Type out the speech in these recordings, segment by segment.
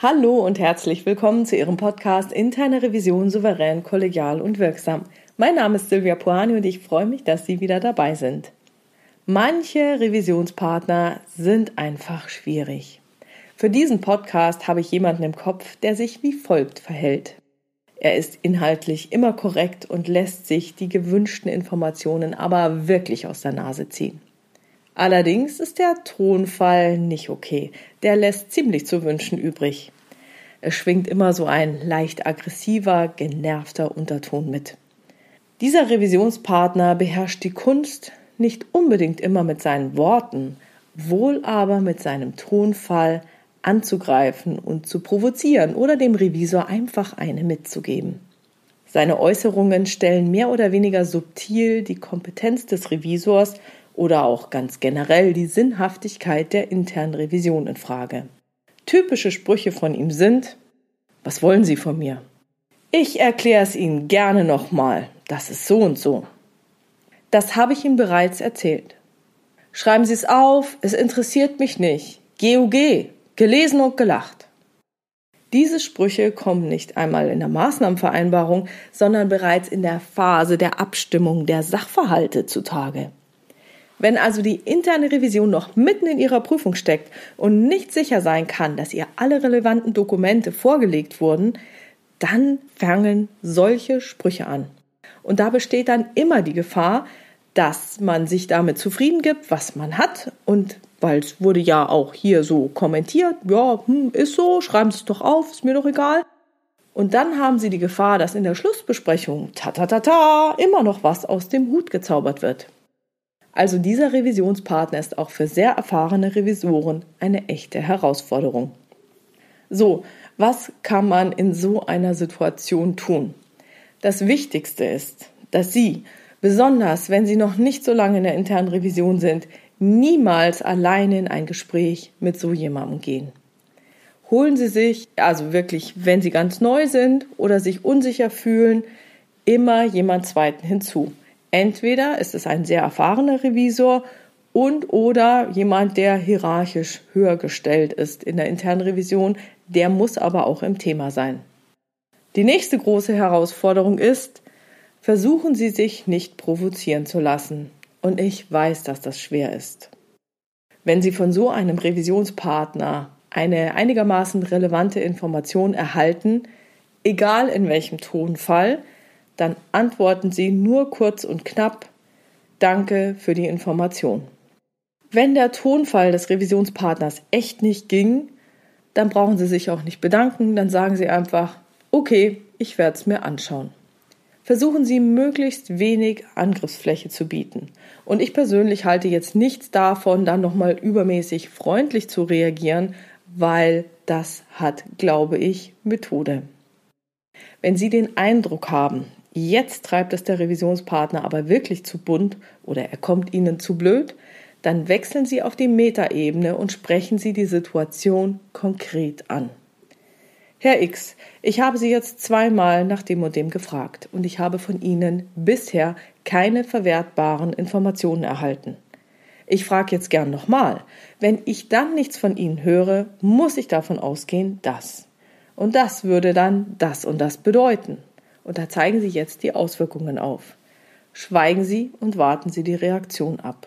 Hallo und herzlich willkommen zu Ihrem Podcast Interne Revision souverän, kollegial und wirksam. Mein Name ist Silvia Puani und ich freue mich, dass Sie wieder dabei sind. Manche Revisionspartner sind einfach schwierig. Für diesen Podcast habe ich jemanden im Kopf, der sich wie folgt verhält. Er ist inhaltlich immer korrekt und lässt sich die gewünschten Informationen aber wirklich aus der Nase ziehen. Allerdings ist der Tonfall nicht okay. Der lässt ziemlich zu wünschen übrig. Es schwingt immer so ein leicht aggressiver, genervter Unterton mit. Dieser Revisionspartner beherrscht die Kunst nicht unbedingt immer mit seinen Worten, wohl aber mit seinem Tonfall anzugreifen und zu provozieren oder dem Revisor einfach eine mitzugeben. Seine Äußerungen stellen mehr oder weniger subtil die Kompetenz des Revisors oder auch ganz generell die Sinnhaftigkeit der internen Revision in Frage. Typische Sprüche von ihm sind: Was wollen Sie von mir? Ich erkläre es Ihnen gerne nochmal. Das ist so und so. Das habe ich Ihnen bereits erzählt. Schreiben Sie es auf, es interessiert mich nicht. GUG, gelesen und gelacht. Diese Sprüche kommen nicht einmal in der Maßnahmenvereinbarung, sondern bereits in der Phase der Abstimmung der Sachverhalte zutage. Wenn also die interne Revision noch mitten in ihrer Prüfung steckt und nicht sicher sein kann, dass ihr alle relevanten Dokumente vorgelegt wurden, dann fangen solche Sprüche an. Und da besteht dann immer die Gefahr, dass man sich damit zufrieden gibt, was man hat. Und weil es wurde ja auch hier so kommentiert, ja, ist so, schreiben Sie es doch auf, ist mir doch egal. Und dann haben Sie die Gefahr, dass in der Schlussbesprechung immer noch was aus dem Hut gezaubert wird. Also dieser Revisionspartner ist auch für sehr erfahrene Revisoren eine echte Herausforderung. So, was kann man in so einer Situation tun? Das Wichtigste ist, dass Sie, besonders wenn Sie noch nicht so lange in der internen Revision sind, niemals alleine in ein Gespräch mit so jemandem gehen. Holen Sie sich, also wirklich, wenn Sie ganz neu sind oder sich unsicher fühlen, immer jemand Zweiten hinzu. Entweder ist es ein sehr erfahrener Revisor oder jemand, der hierarchisch höher gestellt ist in der internen Revision, der muss aber auch im Thema sein. Die nächste große Herausforderung ist: Versuchen Sie sich nicht provozieren zu lassen. Und ich weiß, dass das schwer ist. Wenn Sie von so einem Revisionspartner eine einigermaßen relevante Information erhalten, egal in welchem Tonfall, dann antworten Sie nur kurz und knapp: Danke für die Information. Wenn der Tonfall des Revisionspartners echt nicht ging, dann brauchen Sie sich auch nicht bedanken, dann sagen Sie einfach: Okay, ich werde es mir anschauen. Versuchen Sie möglichst wenig Angriffsfläche zu bieten. Und ich persönlich halte jetzt nichts davon, dann nochmal übermäßig freundlich zu reagieren, weil das hat, glaube ich, Methode. Wenn Sie den Eindruck haben, jetzt treibt es der Revisionspartner aber wirklich zu bunt oder er kommt Ihnen zu blöd, dann wechseln Sie auf die Metaebene und sprechen Sie die Situation konkret an. Herr X, ich habe Sie jetzt 2-mal nach dem und dem gefragt und ich habe von Ihnen bisher keine verwertbaren Informationen erhalten. Ich frage jetzt gern nochmal. Wenn ich dann nichts von Ihnen höre, muss ich davon ausgehen, dass. Und das würde dann das und das bedeuten. Und da zeigen Sie jetzt die Auswirkungen auf. Schweigen Sie und warten Sie die Reaktion ab.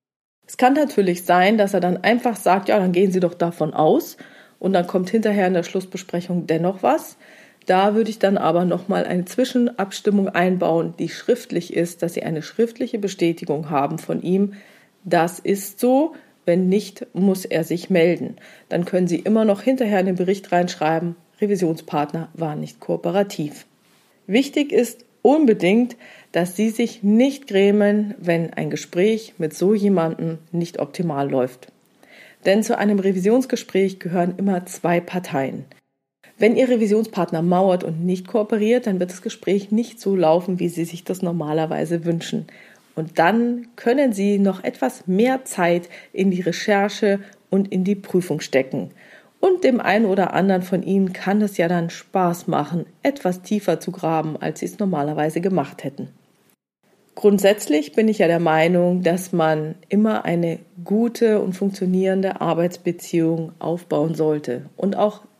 Es kann natürlich sein, dass er dann einfach sagt, ja, dann gehen Sie doch davon aus und dann kommt hinterher in der Schlussbesprechung dennoch was. Da würde ich dann aber nochmal eine Zwischenabstimmung einbauen, die schriftlich ist, dass Sie eine schriftliche Bestätigung haben von ihm. Das ist so, wenn nicht, muss er sich melden. Dann können Sie immer noch hinterher in den Bericht reinschreiben, Revisionspartner war nicht kooperativ. Wichtig ist unbedingt, dass Sie sich nicht grämen, wenn ein Gespräch mit so jemandem nicht optimal läuft. Denn zu einem Revisionsgespräch gehören immer 2 Parteien. Wenn Ihr Revisionspartner mauert und nicht kooperiert, dann wird das Gespräch nicht so laufen, wie Sie sich das normalerweise wünschen. Und dann können Sie noch etwas mehr Zeit in die Recherche und in die Prüfung stecken. Und dem einen oder anderen von Ihnen kann es ja dann Spaß machen, etwas tiefer zu graben, als Sie es normalerweise gemacht hätten. Grundsätzlich bin ich ja der Meinung, dass man immer eine gute und funktionierende Arbeitsbeziehung aufbauen sollte und auch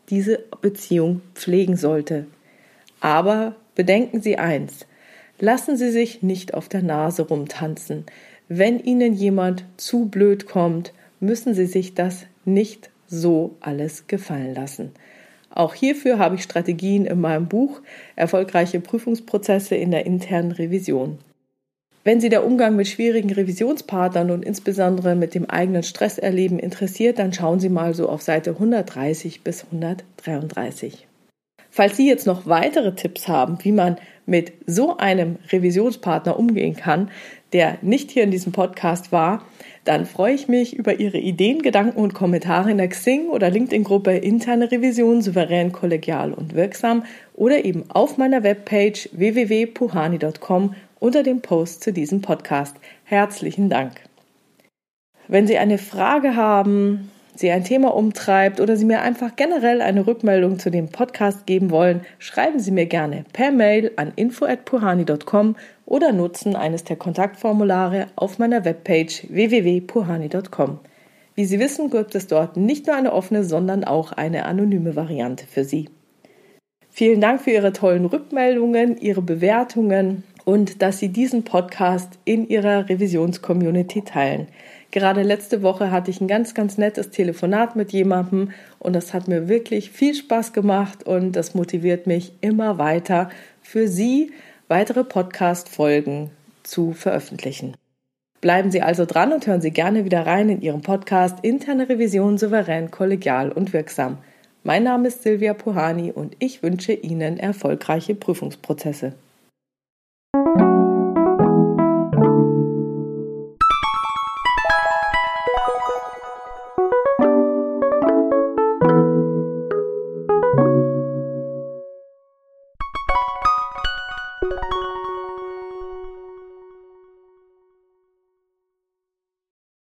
diese Beziehung pflegen sollte. Aber bedenken Sie eins: Lassen Sie sich nicht auf der Nase rumtanzen. Wenn Ihnen jemand zu blöd kommt, müssen Sie sich das nicht so alles gefallen lassen. Auch hierfür habe ich Strategien in meinem Buch Erfolgreiche Prüfungsprozesse in der internen Revision. Wenn Sie der Umgang mit schwierigen Revisionspartnern und insbesondere mit dem eigenen Stresserleben interessiert, dann schauen Sie mal so auf Seite 130 bis 133. Falls Sie jetzt noch weitere Tipps haben, wie man mit so einem Revisionspartner umgehen kann, der nicht hier in diesem Podcast war, dann freue ich mich über Ihre Ideen, Gedanken und Kommentare in der Xing- oder LinkedIn-Gruppe Interne Revision souverän, kollegial und wirksam oder eben auf meiner Webpage www.puhani.com unter dem Post zu diesem Podcast. Herzlichen Dank. Wenn Sie eine Frage haben, Sie ein Thema umtreibt oder Sie mir einfach generell eine Rückmeldung zu dem Podcast geben wollen, schreiben Sie mir gerne per Mail an info@puhani.com oder nutzen eines der Kontaktformulare auf meiner Webpage www.puhani.com. Wie Sie wissen, gibt es dort nicht nur eine offene, sondern auch eine anonyme Variante für Sie. Vielen Dank für Ihre tollen Rückmeldungen, Ihre Bewertungen und dass Sie diesen Podcast in Ihrer Revisions-Community teilen. Gerade letzte Woche hatte ich ein ganz, ganz nettes Telefonat mit jemandem und das hat mir wirklich viel Spaß gemacht und das motiviert mich immer weiter, für Sie weitere Podcast-Folgen zu veröffentlichen. Bleiben Sie also dran und hören Sie gerne wieder rein in Ihrem Podcast Interne Revision souverän, kollegial und wirksam. Mein Name ist Silvia Puhani und ich wünsche Ihnen erfolgreiche Prüfungsprozesse.